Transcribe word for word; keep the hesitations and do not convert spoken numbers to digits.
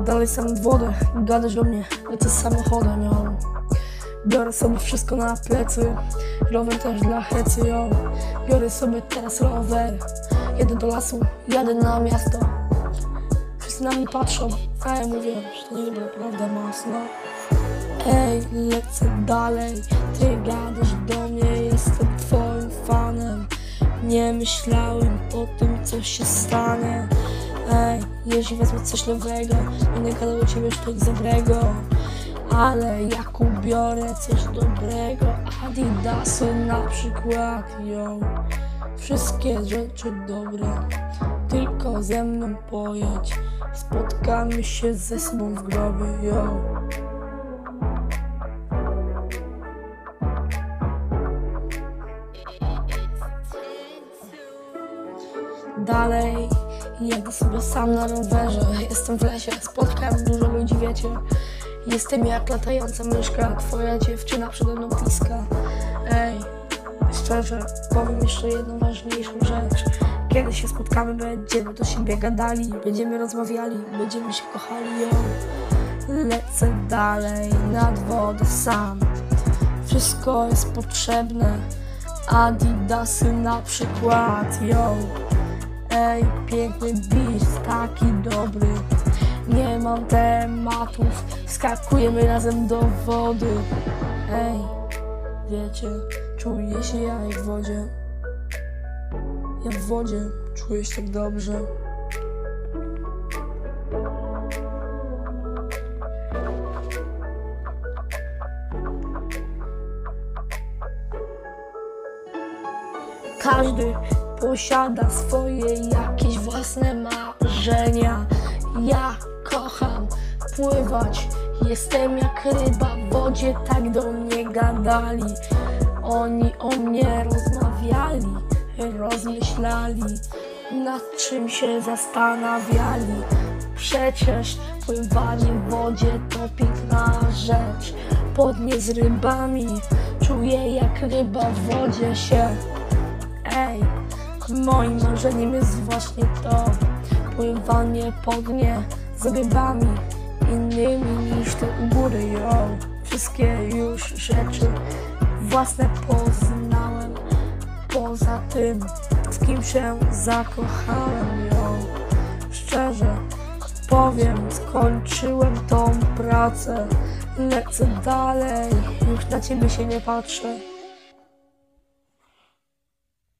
dalej sam wodę, gadasz do mnie, lecę z samochodem, yo. Biorę sobie wszystko na plecy, rower też dla hecy, yo. Biorę sobie teraz rower, jedę do lasu, jadę na miasto. Wszyscy na mnie patrzą, a ja mówię, że to nie była prawda masno. Ej, lecę dalej, ty gadasz do mnie, jestem twoim fanem. Nie myślałem o tym, co się stanie. Ej, jeśli wezmę coś nowego, będę gadał do ciebie coś dobrego. Ale jak ubiorę coś dobrego, Adidasy na przykład, yo. Wszystkie rzeczy dobre, tylko ze mną pojedź. Spotkamy się ze sobą w grobie, yo. Dalej jedę sobie sam na rowerze, jestem w lesie, spotkałem dużo ludzi, wiecie. Jestem jak latająca myszka, twoja dziewczyna przede mną piska. Ej, szczerze, powiem jeszcze jedną ważniejszą rzecz. Kiedy się spotkamy, będziemy do siebie gadali, będziemy rozmawiali, będziemy się kochali, yo. Lecę dalej nad wodę sam, wszystko jest potrzebne, Adidasy na przykład, yo. Ej, piękny beat, taki dobry, nie mam tematów, skakujemy razem do wody. Ej, wiecie, czuję się ja jak w wodzie. Ja w wodzie czuję się tak dobrze. Każdy posiada swoje jakieś własne marzenia. Ja kocham pływać, jestem jak ryba w wodzie, tak do mnie gadali. Oni o mnie rozmawiali, rozmyślali, nad czym się zastanawiali. Przecież pływanie w wodzie to piękna rzecz. Po dnie z rybami czuję jak ryba w wodzie się. Ej, moim marzeniem jest właśnie to, pływanie po dnie z rybami innymi niż te u góry, yo. Wszystkie już rzeczy własne poznałem, poza tym, z kim się zakochałem, yo. Szczerze powiem, skończyłem tą pracę, lecę dalej, już na ciebie się nie patrzę.